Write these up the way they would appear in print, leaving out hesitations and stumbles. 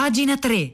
Pagina 3.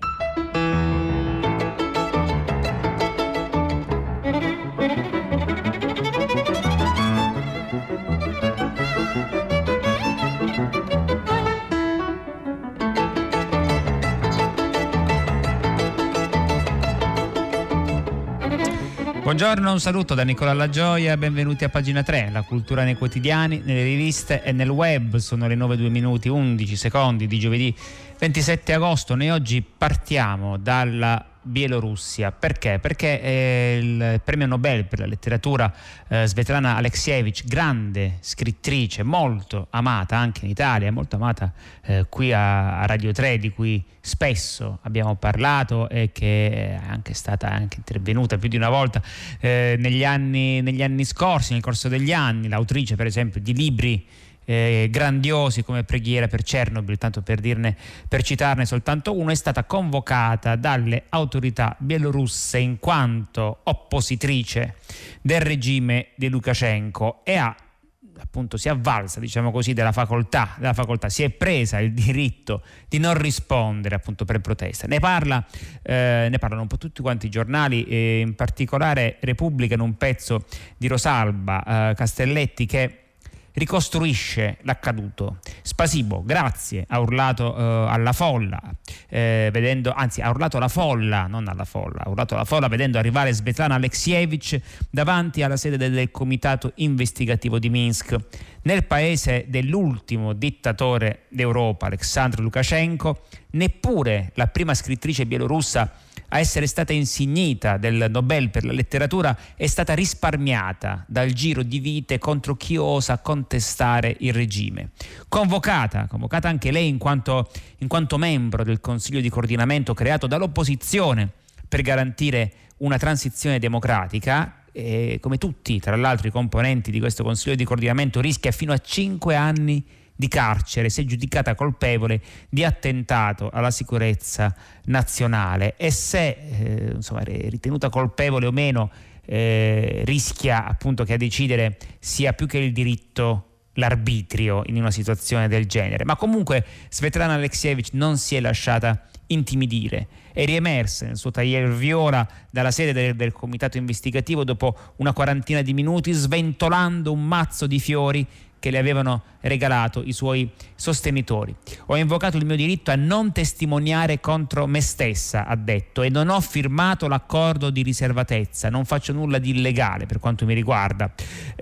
Buongiorno, un saluto da Nicola Lagioia, benvenuti a Pagina 3, la cultura nei quotidiani, nelle riviste e nel web. Sono le 9:02 11 secondi di giovedì 27 agosto. Noi oggi partiamo dalla Bielorussia. Perché? Perché il premio Nobel per la letteratura Svetlana Alexievich, grande scrittrice, molto amata anche in Italia, molto amata qui a Radio 3, di cui spesso abbiamo parlato e che è anche stata intervenuta più di una volta negli anni scorsi, nel corso degli anni, l'autrice per esempio di libri grandiosi come Preghiera per Chernobyl, tanto per citarne soltanto uno, è stata convocata dalle autorità bielorusse in quanto oppositrice del regime di Lukashenko e si è avvalsa, diciamo così, della facoltà, si è presa il diritto di non rispondere appunto per protesta. Ne parlano un po' tutti quanti i giornali, in particolare Repubblica, in un pezzo di Rosalba Castelletti che ricostruisce l'accaduto. Spasibo, grazie, ha urlato alla folla, ha urlato alla folla, non alla folla, ha urlato alla folla vedendo arrivare Svetlana Alexievich davanti alla sede del comitato investigativo di Minsk. Nel paese dell'ultimo dittatore d'Europa, Alexandr Lukashenko, neppure la prima scrittrice bielorussa a essere stata insignita del Nobel per la letteratura è stata risparmiata dal giro di vite contro chi osa contestare il regime. Convocata anche lei in quanto membro del Consiglio di coordinamento creato dall'opposizione per garantire una transizione democratica, e come tutti tra l'altro i componenti di questo Consiglio di coordinamento rischia fino a 5 anni di carcere se giudicata colpevole di attentato alla sicurezza nazionale, e se ritenuta colpevole o meno rischia appunto che a decidere sia più che il diritto l'arbitrio in una situazione del genere. Ma comunque Svetlana Alexievich non si è lasciata intimidire, è riemersa nel suo taglier viola dalla sede del comitato investigativo dopo una quarantina di minuti, sventolando un mazzo di fiori che le avevano regalato i suoi sostenitori. Ho invocato il mio diritto a non testimoniare contro me stessa, ha detto, e non ho firmato l'accordo di riservatezza, non faccio nulla di illegale per quanto mi riguarda.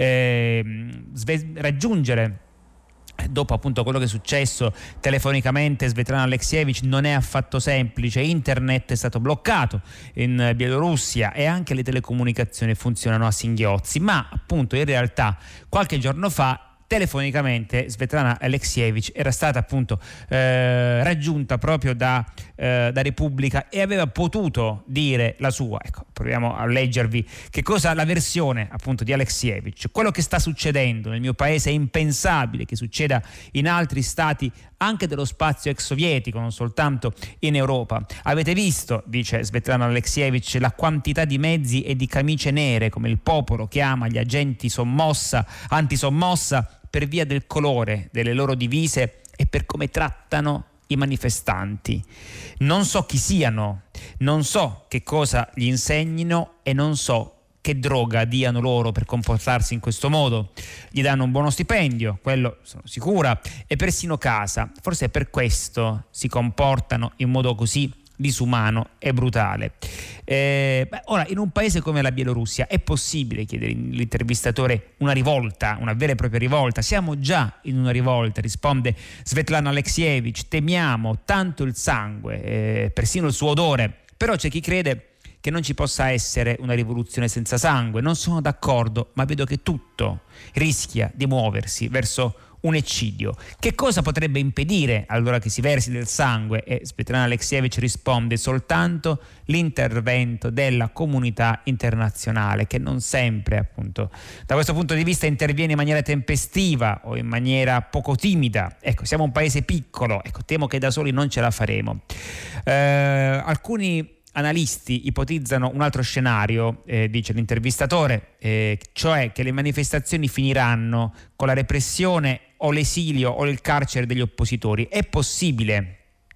Raggiungere, dopo appunto quello che è successo telefonicamente, Svetlana Alexievich non è affatto semplice. Internet è stato bloccato in Bielorussia e anche le telecomunicazioni funzionano a singhiozzi, ma appunto in realtà qualche giorno fa telefonicamente Svetlana Alexievich era stata appunto raggiunta proprio da Repubblica e aveva potuto dire la sua. Ecco, proviamo a leggervi che cosa la versione appunto di Alexievich. Quello che sta succedendo nel mio paese è impensabile che succeda in altri stati anche dello spazio ex sovietico, non soltanto in Europa. Avete visto, dice Svetlana Alexievich, la quantità di mezzi e di camicie nere, come il popolo chiama gli agenti antisommossa, per via del colore delle loro divise e per come trattano i manifestanti. Non so chi siano, non so che cosa gli insegnino e non so che droga diano loro per comportarsi in questo modo. Gli danno un buono stipendio, quello sono sicura, e persino casa. Forse è per questo si comportano in modo così disumano e brutale. Ora, in un paese come la Bielorussia è possibile, chiede l'intervistatore, una rivolta, una vera e propria rivolta? Siamo già in una rivolta, risponde Svetlana Alexievich, temiamo tanto il sangue, persino il suo odore, però c'è chi crede che non ci possa essere una rivoluzione senza sangue. Non sono d'accordo, ma vedo che tutto rischia di muoversi verso un eccidio. Che cosa potrebbe impedire allora che si versi del sangue? E Svetlana Alexievich risponde: soltanto l'intervento della comunità internazionale, che non sempre appunto da questo punto di vista interviene in maniera tempestiva o in maniera poco timida. Ecco, siamo un paese piccolo, temo che da soli non ce la faremo. Alcuni analisti ipotizzano un altro scenario, dice l'intervistatore, cioè che le manifestazioni finiranno con la repressione o l'esilio o il carcere degli oppositori. È possibile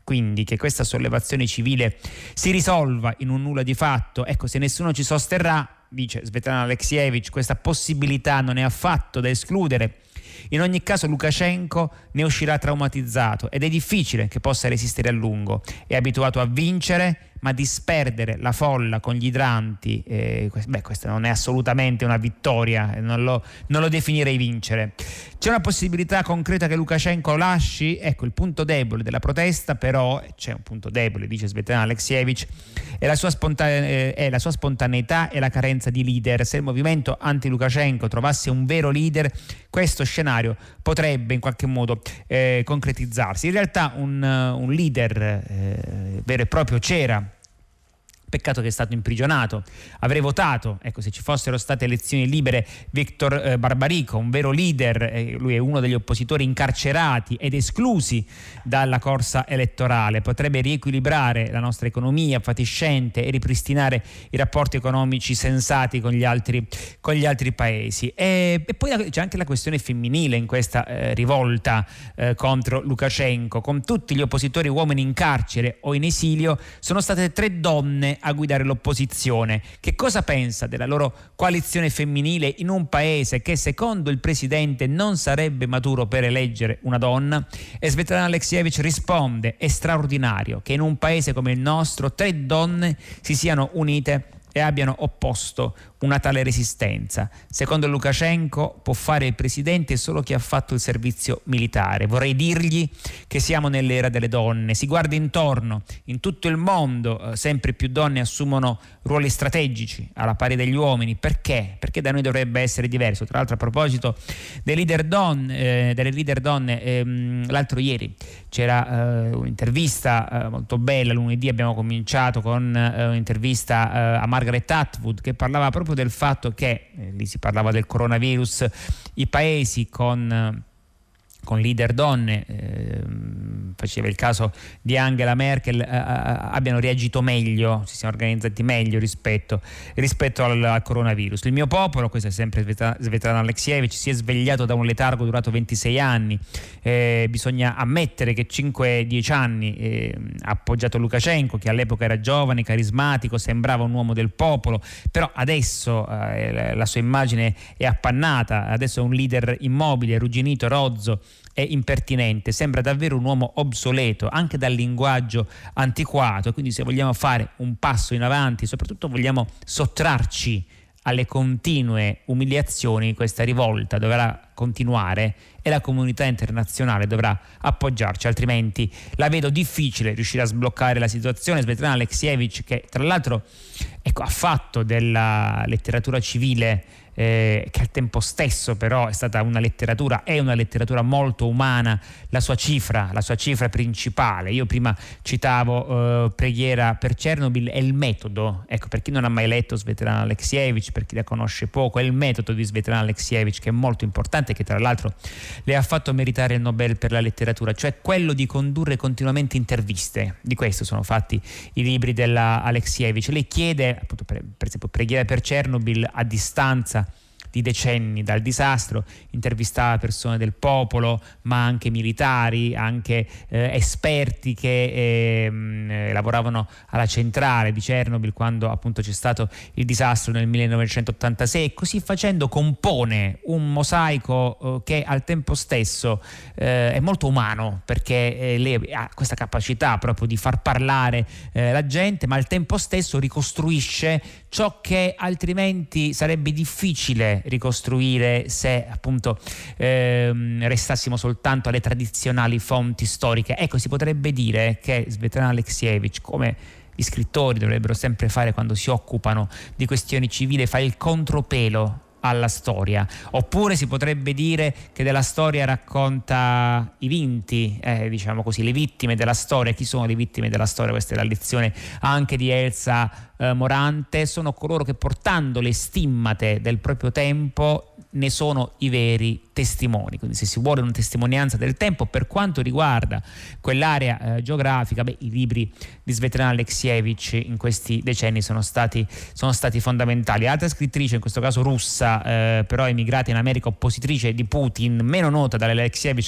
quindi che questa sollevazione civile si risolva in un nulla di fatto. Ecco, se nessuno ci sosterrà, dice Svetlana Alexievich, questa possibilità non è affatto da escludere. In ogni caso Lukashenko ne uscirà traumatizzato ed è difficile che possa resistere a lungo. È abituato a vincere, ma disperdere la folla con gli idranti, questa non è assolutamente una vittoria, non lo definirei vincere. C'è una possibilità concreta che Lukashenko lasci? Ecco, il punto debole della protesta, però, c'è un punto debole, dice Svetlana Alexievich, è la sua spontaneità e la carenza di leader. Se il movimento anti-Lukashenko trovasse un vero leader, questo scenario potrebbe in qualche modo concretizzarsi. In realtà un leader vero e proprio c'era. Peccato che è stato imprigionato. Avrei votato, ecco, se ci fossero state elezioni libere, Viktor Barbarico, un vero leader, lui è uno degli oppositori incarcerati ed esclusi dalla corsa elettorale, potrebbe riequilibrare la nostra economia fatiscente e ripristinare i rapporti economici sensati con gli altri paesi. E poi c'è anche la questione femminile in questa rivolta contro Lukashenko. Con tutti gli oppositori uomini in carcere o in esilio, sono state 3 donne a guidare l'opposizione. Che cosa pensa della loro coalizione femminile in un paese che secondo il presidente non sarebbe maturo per eleggere una donna? E Svetlana Alexievich risponde: è straordinario che in un paese come il nostro 3 donne si siano unite e abbiano opposto una tale resistenza. Secondo Lukashenko può fare il presidente solo chi ha fatto il servizio militare. Vorrei dirgli che siamo nell'era delle donne. Si guarda intorno, in tutto il mondo sempre più donne assumono ruoli strategici alla pari degli uomini. Perché? Perché da noi dovrebbe essere diverso. Tra l'altro, a proposito delle leader donne, l'altro ieri c'era un'intervista molto bella. Lunedì abbiamo cominciato con un'intervista a Margaret Atwood, che parlava proprio del fatto che, lì si parlava del coronavirus, i paesi con leader donne, faceva il caso di Angela Merkel, abbiano reagito meglio, si siano organizzati meglio rispetto al coronavirus. Il mio popolo, questo è sempre Svetlana Alexievich, si è svegliato da un letargo durato 26 anni. Bisogna ammettere che 5-10 anni ha appoggiato Lukashenko, che all'epoca era giovane, carismatico, sembrava un uomo del popolo, però adesso la sua immagine è appannata, adesso è un leader immobile, arrugginito, rozzo e impertinente, sembra davvero un uomo obsoleto anche dal linguaggio antiquato. Quindi se vogliamo fare un passo in avanti, soprattutto vogliamo sottrarci alle continue umiliazioni, questa rivolta dovrà continuare e la comunità internazionale dovrà appoggiarci, altrimenti la vedo difficile riuscire a sbloccare la situazione. Svetlana Alexievich, che tra l'altro ha fatto della letteratura civile, che al tempo stesso però è una letteratura molto umana, la sua cifra principale. Io prima citavo Preghiera per Chernobyl, è il metodo, ecco, per chi non ha mai letto Svetlana Alexievich, per chi la conosce poco, è il metodo di Svetlana Alexievich che è molto importante, che tra l'altro le ha fatto meritare il Nobel per la letteratura, cioè quello di condurre continuamente interviste. Di questo sono fatti i libri della Alexievich. Lei chiede, appunto, per esempio Preghiera per Chernobyl, a distanza di decenni dal disastro, intervistava persone del popolo, ma anche militari, anche esperti che lavoravano alla centrale di Chernobyl quando appunto c'è stato il disastro nel 1986, e così facendo compone un mosaico che al tempo stesso è molto umano, perché lei ha questa capacità proprio di far parlare la gente, ma al tempo stesso ricostruisce ciò che altrimenti sarebbe difficile ricostruire se appunto restassimo soltanto alle tradizionali fonti storiche. Ecco, si potrebbe dire che Svetlana Alexievich, come gli scrittori dovrebbero sempre fare quando si occupano di questioni civili, fa il contropelo alla storia. Oppure si potrebbe dire che della storia racconta i vinti, diciamo così, le vittime della storia. Chi sono le vittime della storia? Questa è la lezione anche di Elsa Morante. Sono coloro che, portando le stimmate del proprio tempo, ne sono i veri testimoni, quindi se si vuole una testimonianza del tempo per quanto riguarda quell'area geografica. I libri di Svetlana Alexievich in questi decenni sono stati fondamentali. Altra scrittrice, in questo caso russa, però emigrata in America, oppositrice di Putin, meno nota dall'Alexievich,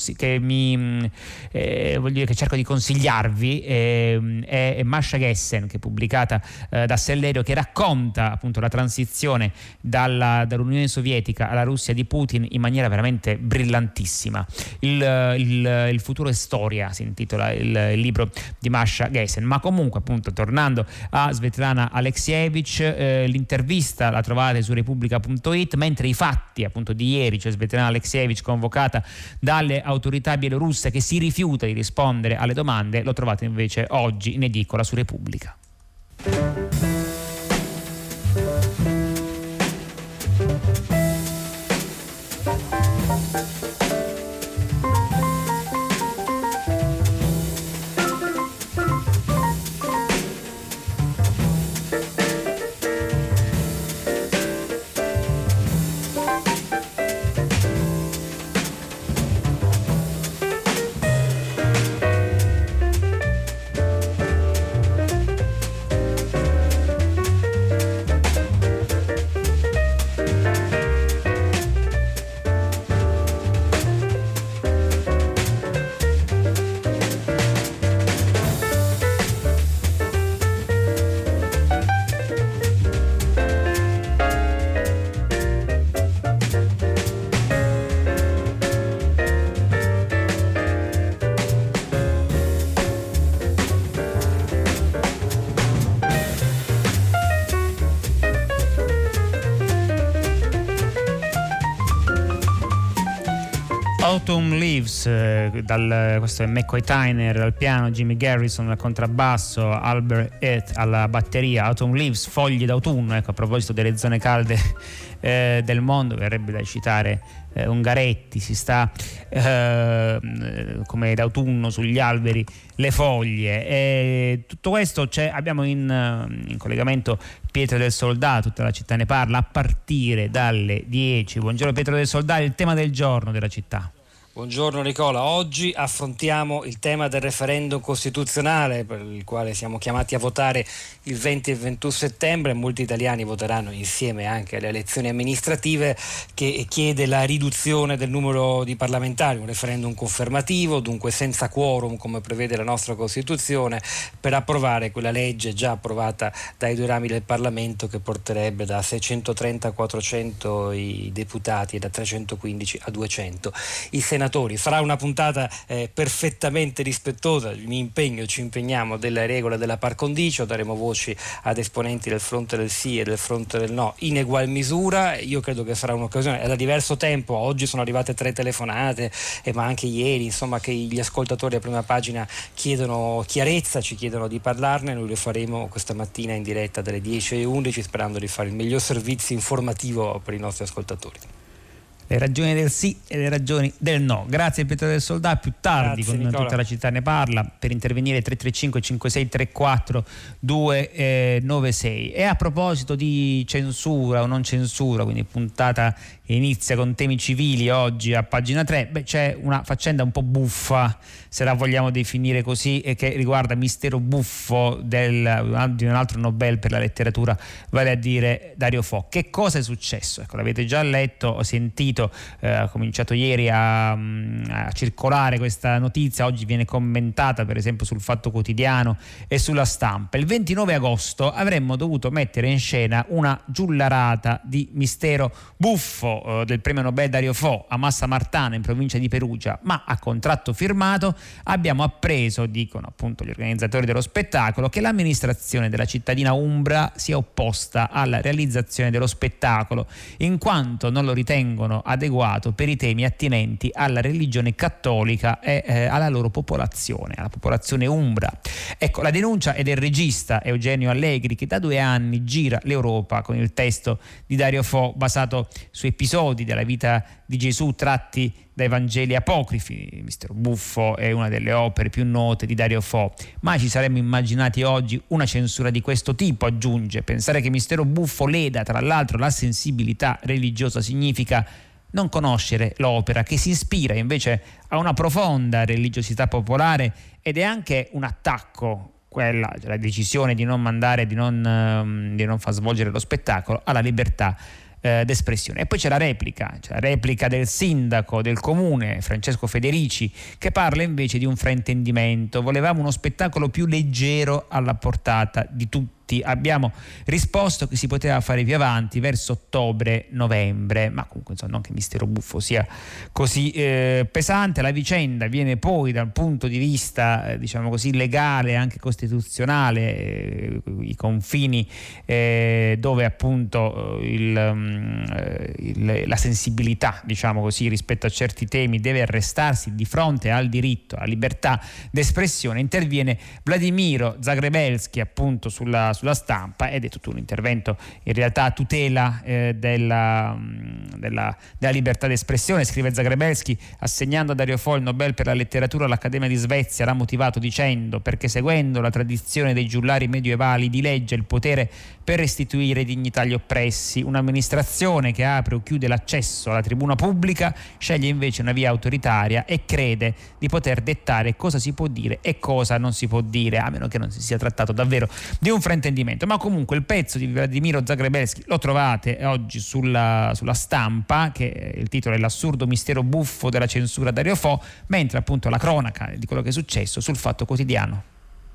che cerco di consigliarvi, è Masha Gessen, che è pubblicata da Sellerio, che racconta appunto la transizione dall'Unione Sovietica alla Russia di Putin in maniera veramente brillantissima. Il futuro è storia, si intitola il libro di Masha Gessen. Ma comunque, appunto, tornando a Svetlana Alexievich, l'intervista la trovate su Repubblica.it, mentre i fatti appunto di ieri, cioè Svetlana Alexievich convocata dalle autorità bielorusse che si rifiuta di rispondere alle domande, lo trovate invece oggi in edicola su Repubblica. Autumn Leaves, questo è McCoy Tyner al piano, Jimmy Garrison al contrabbasso, Albert Heath alla batteria. Autumn Leaves, foglie d'autunno. Ecco, a proposito delle zone calde del mondo, verrebbe da citare Ungaretti, si sta come d'autunno sugli alberi le foglie. E tutto questo abbiamo in collegamento Pietro del Soldà, tutta la città ne parla, a partire dalle 10. Buongiorno Pietro del Soldà, il tema del giorno della città. Buongiorno Nicola, oggi affrontiamo il tema del referendum costituzionale per il quale siamo chiamati a votare il 20 e 21 settembre. Molti italiani voteranno insieme anche alle elezioni amministrative, che chiede la riduzione del numero di parlamentari, un referendum confermativo, dunque senza quorum come prevede la nostra Costituzione, per approvare quella legge già approvata dai due rami del Parlamento che porterebbe da 630 a 400 i deputati e da 315 a 200 i senatori. Sarà una puntata perfettamente rispettosa, mi impegno, ci impegniamo, della regola della par condicio. Daremo voci ad esponenti del fronte del sì e del fronte del no in egual misura. Io credo che sarà un'occasione, è da diverso tempo, oggi sono arrivate 3 telefonate, ma anche ieri, insomma, che gli ascoltatori a prima pagina chiedono chiarezza, ci chiedono di parlarne. Noi lo faremo questa mattina in diretta dalle 10 alle 11, sperando di fare il miglior servizio informativo per i nostri ascoltatori. Le ragioni del sì e le ragioni del no. Grazie Pietro del Soldà, più tardi. Grazie, con Nicola. Tutta la città ne parla, per intervenire 335 56 34 296. E a proposito di censura o non censura, quindi puntata che inizia con temi civili oggi a pagina 3, c'è una faccenda un po' buffa, se la vogliamo definire così, e che riguarda Mistero buffo di un altro Nobel per la letteratura, vale a dire Dario Fo. Che cosa è successo? Ecco, l'avete già letto o sentito, ha cominciato ieri a circolare questa notizia, oggi viene commentata per esempio sul Fatto Quotidiano e sulla Stampa. Il 29 agosto avremmo dovuto mettere in scena una giullarata di Mistero buffo del premio Nobel Dario Fo a Massa Martana in provincia di Perugia, ma a contratto firmato abbiamo appreso, dicono appunto gli organizzatori dello spettacolo, che l'amministrazione della cittadina umbra si è opposta alla realizzazione dello spettacolo in quanto non lo ritengono adeguato per i temi attinenti alla religione cattolica e alla loro popolazione, alla popolazione umbra. Ecco, la denuncia è del regista Eugenio Allegri, che da 2 anni gira l'Europa con il testo di Dario Fo basato su episodi della vita di Gesù tratti dai Vangeli apocrifi. Mistero buffo è una delle opere più note di Dario Fo. Mai ci saremmo immaginati oggi una censura di questo tipo, aggiunge. Pensare che Mistero buffo leda tra l'altro la sensibilità religiosa significa non conoscere l'opera che si ispira invece a una profonda religiosità popolare ed è anche un attacco, quella, cioè la decisione di non mandare, di non far svolgere lo spettacolo, alla libertà d'espressione. E poi c'è la replica del sindaco del comune Francesco Federici, che parla invece di un fraintendimento: volevamo uno spettacolo più leggero alla portata di tutti. Abbiamo risposto che si poteva fare più avanti, verso ottobre-novembre, ma comunque insomma, non che Mistero Buffo sia così pesante. La vicenda viene poi dal punto di vista diciamo così legale, anche costituzionale, i confini dove appunto la sensibilità, diciamo così, rispetto a certi temi deve arrestarsi di fronte al diritto alla libertà d'espressione. Interviene Vladimiro Zagrebelsky appunto sulla Stampa, ed è tutto un intervento in realtà a tutela della libertà d'espressione. Scrive Zagrebelsky: assegnando a Dario Fo il Nobel per la letteratura, l'Accademia di Svezia l'ha motivato dicendo: perché seguendo la tradizione dei giullari medievali dileggia il potere per restituire dignità agli oppressi. Un'amministrazione che apre o chiude l'accesso alla tribuna pubblica sceglie invece una via autoritaria e crede di poter dettare cosa si può dire e cosa non si può dire, a meno che non si sia trattato davvero di un fraintendimento. Ma comunque il pezzo di Vladimiro Zagrebelsky lo trovate oggi sulla Stampa, che il titolo è L'assurdo mistero buffo della censura Dario Fo, mentre appunto la cronaca di quello che è successo sul Fatto Quotidiano.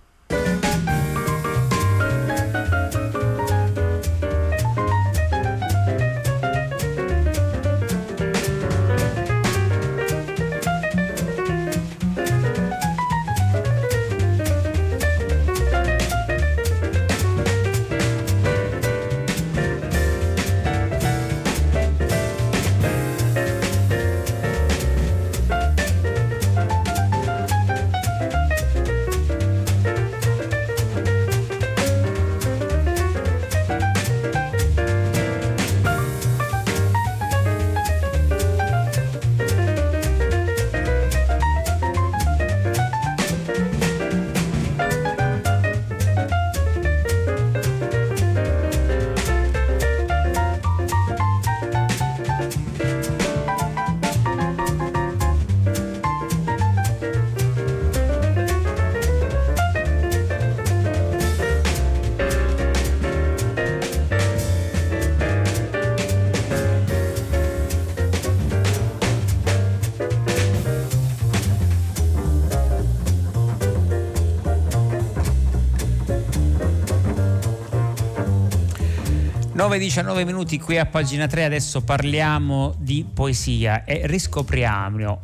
Nove 19 minuti qui a Pagina 3. Adesso parliamo di poesia e scopriamo,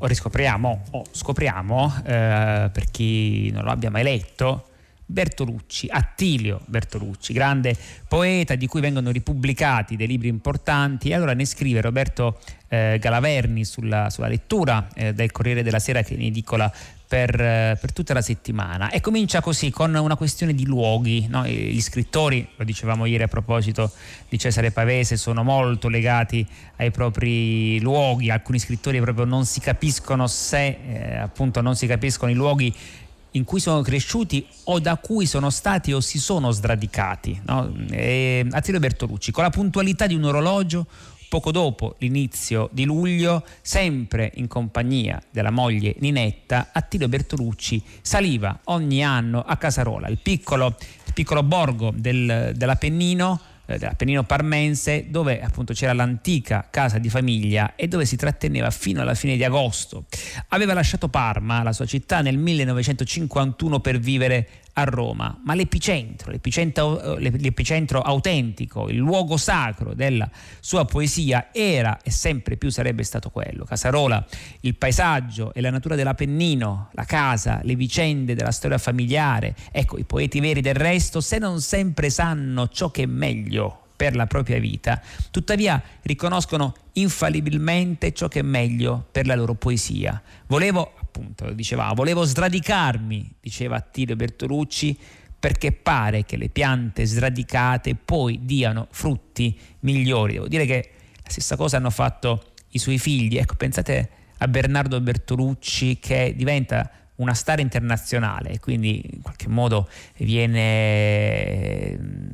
per chi non lo abbia mai letto, Bertolucci, Attilio Bertolucci, grande poeta di cui vengono ripubblicati dei libri importanti. E allora ne scrive Roberto Galaverni sulla lettura del Corriere della Sera, che è in edicola per tutta la settimana, e comincia così con una questione di luoghi, no? Gli scrittori, lo dicevamo ieri a proposito di Cesare Pavese, sono molto legati ai propri luoghi. Alcuni scrittori proprio non si capiscono appunto non si capiscono i luoghi in cui sono cresciuti o da cui sono stati o si sono sradicati, no? Attilio Bertolucci, con la puntualità di un orologio, poco dopo l'inizio di luglio, sempre in compagnia della moglie Ninetta, Attilio Bertolucci saliva ogni anno a Casarola, il piccolo borgo dell'Appennino parmense, dove appunto c'era l'antica casa di famiglia e dove si tratteneva fino alla fine di agosto. Aveva lasciato Parma, la sua città, nel 1951 per vivere a Roma, ma l'epicentro autentico, il luogo sacro della sua poesia era e sempre più sarebbe stato quello. Casarola, il paesaggio e la natura dell'Appennino, la casa, le vicende della storia familiare. Ecco, i poeti veri del resto, se non sempre sanno ciò che è meglio per la propria vita, tuttavia riconoscono infallibilmente ciò che è meglio per la loro poesia. Volevo sradicarmi, diceva Attilio Bertolucci, perché pare che le piante sradicate poi diano frutti migliori. Devo dire che la stessa cosa hanno fatto i suoi figli. Ecco, pensate a Bernardo Bertolucci, che diventa una star internazionale e quindi in qualche modo viene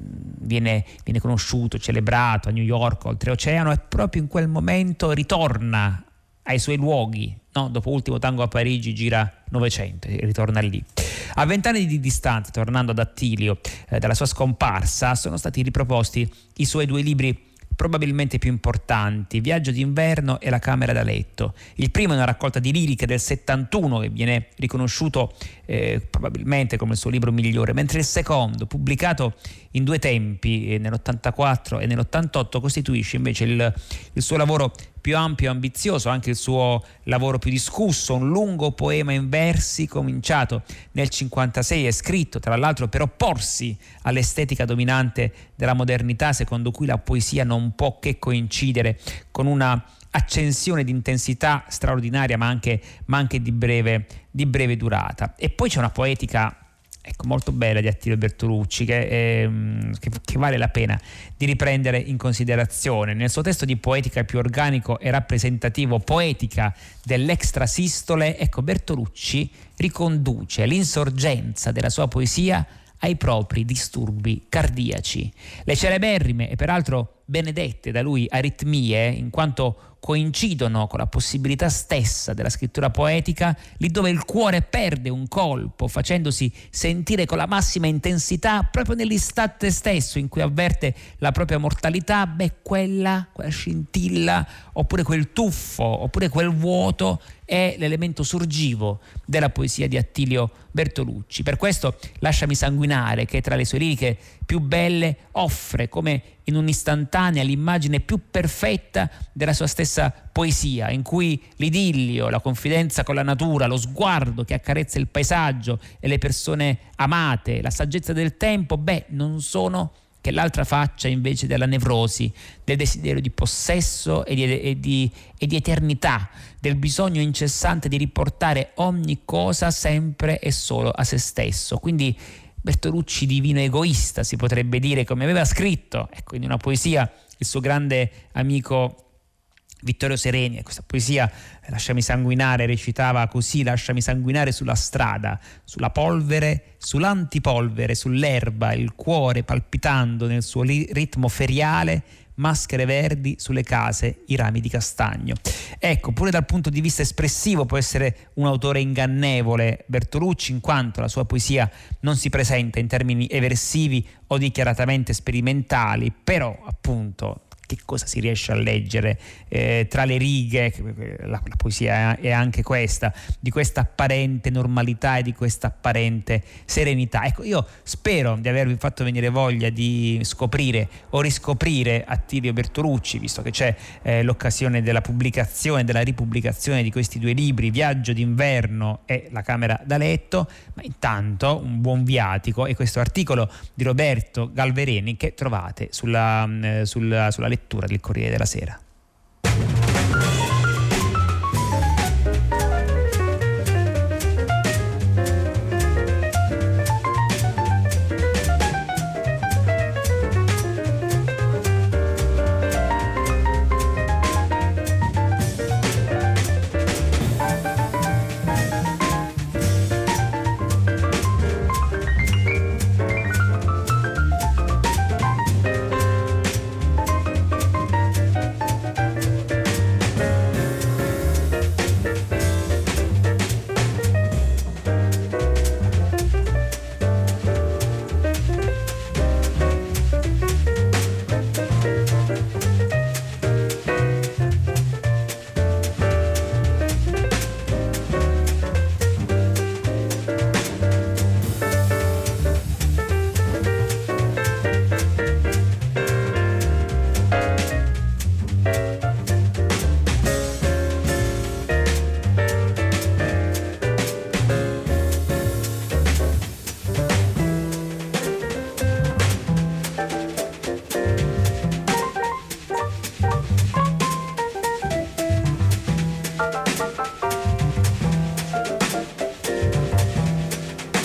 viene conosciuto, celebrato a New York, oltreoceano, e proprio in quel momento ritorna ai suoi luoghi, no? Dopo Ultimo tango a Parigi gira Novecento e ritorna lì. A 20 anni di distanza, tornando ad Attilio dalla sua scomparsa, sono stati riproposti i suoi 2 libri probabilmente più importanti, Viaggio d'inverno e La camera da letto. Il primo è una raccolta di liriche del 71 che viene riconosciuto probabilmente come il suo libro migliore, mentre il secondo, pubblicato in 2 tempi, nell'84 e nell'88, costituisce invece il suo lavoro più ampio e ambizioso, anche il suo lavoro più discusso, un lungo poema in versi cominciato nel 56 e scritto tra l'altro per opporsi all'estetica dominante della modernità, secondo cui la poesia non può che coincidere con una accensione di intensità straordinaria ma anche di breve durata. E poi c'è una poetica molto bella di Attilio Bertolucci che vale la pena di riprendere in considerazione. Nel suo testo di Poetica più organico e rappresentativo, Poetica dell'extrasistole, Bertolucci riconduce l'insorgenza della sua poesia ai propri disturbi cardiaci. Le celeberrime e peraltro benedette da lui aritmie, in quanto coincidono con la possibilità stessa della scrittura poetica, lì dove il cuore perde un colpo, facendosi sentire con la massima intensità proprio nell'istante stesso in cui avverte la propria mortalità, quella scintilla, oppure quel tuffo, oppure quel vuoto è l'elemento sorgivo della poesia di Attilio Bertolucci. Per questo Lasciami sanguinare, che tra le sue liriche più belle offre come in un'istantanea l'immagine più perfetta della sua stessa poesia, in cui l'idillio, la confidenza con la natura, lo sguardo che accarezza il paesaggio e le persone amate, la saggezza del tempo, non sono che l'altra faccia invece della nevrosi, del desiderio di possesso e di eternità, del bisogno incessante di riportare ogni cosa sempre e solo a se stesso. Quindi Bertolucci divino egoista, si potrebbe dire, come aveva scritto in una poesia il suo grande amico Vittorio Sereni. E questa poesia, Lasciami sanguinare, recitava così: lasciami sanguinare sulla strada, sulla polvere, sull'antipolvere, sull'erba, il cuore palpitando nel suo ritmo feriale, maschere verdi sulle case, i rami di castagno. Pure dal punto di vista espressivo può essere un autore ingannevole Bertolucci, in quanto la sua poesia non si presenta in termini eversivi o dichiaratamente sperimentali, però appunto che cosa si riesce a leggere tra le righe? La poesia è anche questa, di questa apparente normalità e di questa apparente serenità. Io spero di avervi fatto venire voglia di scoprire o riscoprire Attilio Bertolucci, visto che c'è l'occasione della pubblicazione, della ripubblicazione di questi 2 libri, Viaggio d'inverno e La camera da letto. Ma intanto un buon viatico e questo articolo di Roberto Galvereni che trovate sulla lettura del Corriere della Sera.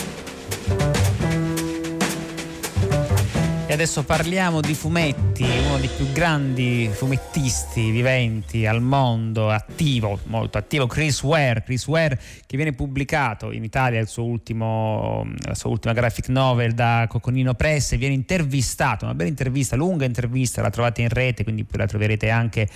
Adesso parliamo di fumetti, uno uno dei più grandi fumettisti viventi al mondo, attivo, molto attivo, Chris Ware, che viene pubblicato in Italia la sua ultima graphic novel da Coconino Press, e viene intervistato, una bella intervista, lunga intervista, la trovate in rete, quindi poi la troverete anche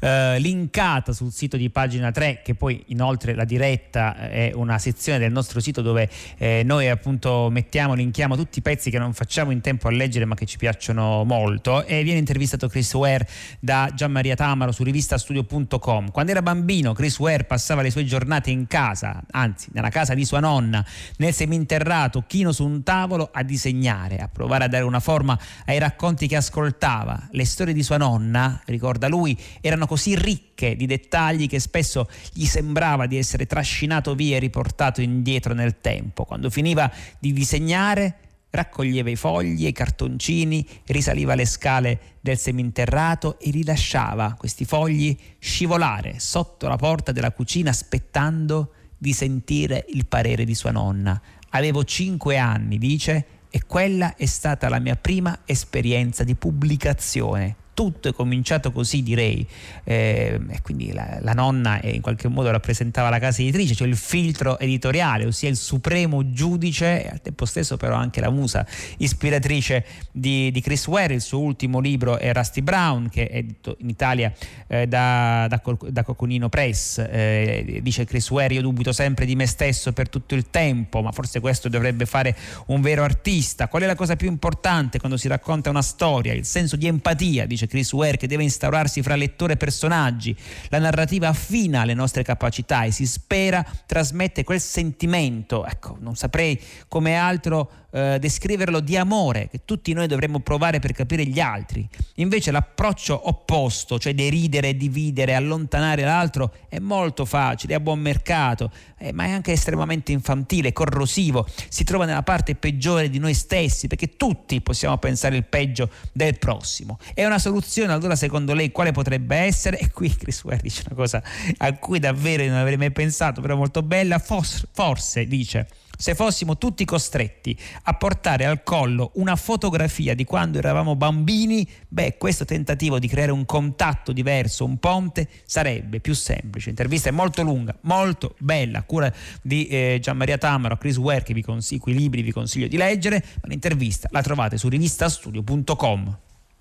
linkata sul sito di Pagina 3, che poi inoltre la diretta è una sezione del nostro sito dove noi appunto linkiamo tutti i pezzi che non facciamo in tempo a leggere ma che ci piacciono molto. E viene intervistato Chris Ware da Gianmaria Tamaro su rivistastudio.com. Quando era bambino Chris Ware passava le sue giornate in casa, anzi nella casa di sua nonna, nel seminterrato, chino su un tavolo, a disegnare, a provare a dare una forma ai racconti che ascoltava. Le storie di sua nonna, ricorda lui, erano così ricche di dettagli che spesso gli sembrava di essere trascinato via e riportato indietro nel tempo. Quando finiva di disegnare, raccoglieva i fogli e i cartoncini, risaliva le scale del seminterrato e rilasciava questi fogli scivolare sotto la porta della cucina, aspettando di sentire il parere di sua nonna. Avevo 5 anni, dice, e quella è stata la mia prima esperienza di pubblicazione. Tutto è cominciato così, direi, e quindi la nonna in qualche modo rappresentava la casa editrice, cioè il filtro editoriale, ossia il supremo giudice e al tempo stesso però anche la musa ispiratrice di Chris Ware. Il suo ultimo libro è Rusty Brown, che è edito in Italia da Coconino Press. Dice Chris Ware: io dubito sempre di me stesso per tutto il tempo, ma forse questo dovrebbe fare un vero artista. Qual è la cosa più importante quando si racconta una storia? Il senso di empatia, dice Chris Ware, che deve instaurarsi fra lettore e personaggi. La narrativa affina le nostre capacità e si spera trasmette quel sentimento, ecco, non saprei come altro descriverlo, di amore che tutti noi dovremmo provare per capire gli altri. Invece l'approccio opposto, cioè deridere, dividere, allontanare l'altro, è molto facile, è a buon mercato, ma è anche estremamente infantile, corrosivo, si trova nella parte peggiore di noi stessi, perché tutti possiamo pensare il peggio del prossimo. È una soluzione, allora, secondo lei quale potrebbe essere? E qui Chris Ware dice una cosa a cui davvero non avrei mai pensato, però molto bella. Forse, dice, se fossimo tutti costretti a portare al collo una fotografia di quando eravamo bambini, questo tentativo di creare un contatto diverso, un ponte, sarebbe più semplice. L'intervista è molto lunga, molto bella, a cura di Gianmaria Tamaro, Chris Ware, che i cui libri vi consiglio di leggere, ma l'intervista la trovate su rivistastudio.com.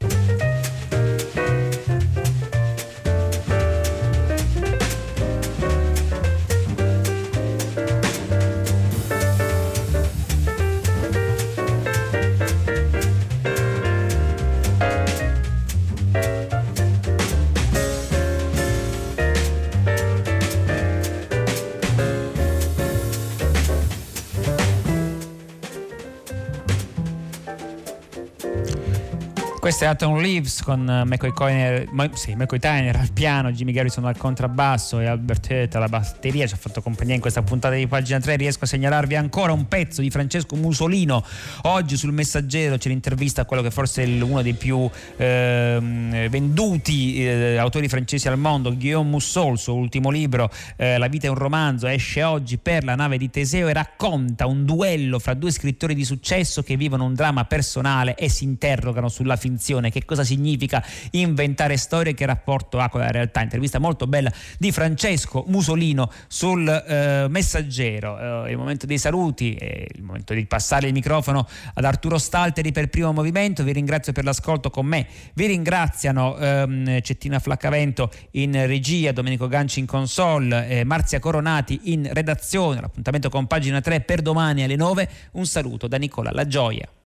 Questo è Autumn Leaves con McCoy Tyner al piano, Jimmy Garrison al contrabbasso e Albert Heard alla batteria. Ci ha fatto compagnia in questa puntata di Pagina 3. Riesco a segnalarvi ancora un pezzo di Francesco Musolino. Oggi sul Messaggero c'è l'intervista a quello che forse è uno dei più venduti autori francesi al mondo, Guillaume Musso. Il suo ultimo libro, La vita è un romanzo, esce oggi per la nave di Teseo e racconta un duello fra due scrittori di successo che vivono un dramma personale e si interrogano sulla finzione. Che cosa significa inventare storie, che rapporto ha con la realtà. Intervista molto bella di Francesco Musolino sul Messaggero. È il momento dei saluti, è il momento di passare il microfono ad Arturo Stalteri per Primo Movimento. Vi ringrazio per l'ascolto con me, vi ringraziano Cettina Flaccavento in regia, Domenico Ganci in console, Marzia Coronati in redazione. L'appuntamento con Pagina 3 per domani alle 9. Un saluto da Nicola La Gioia.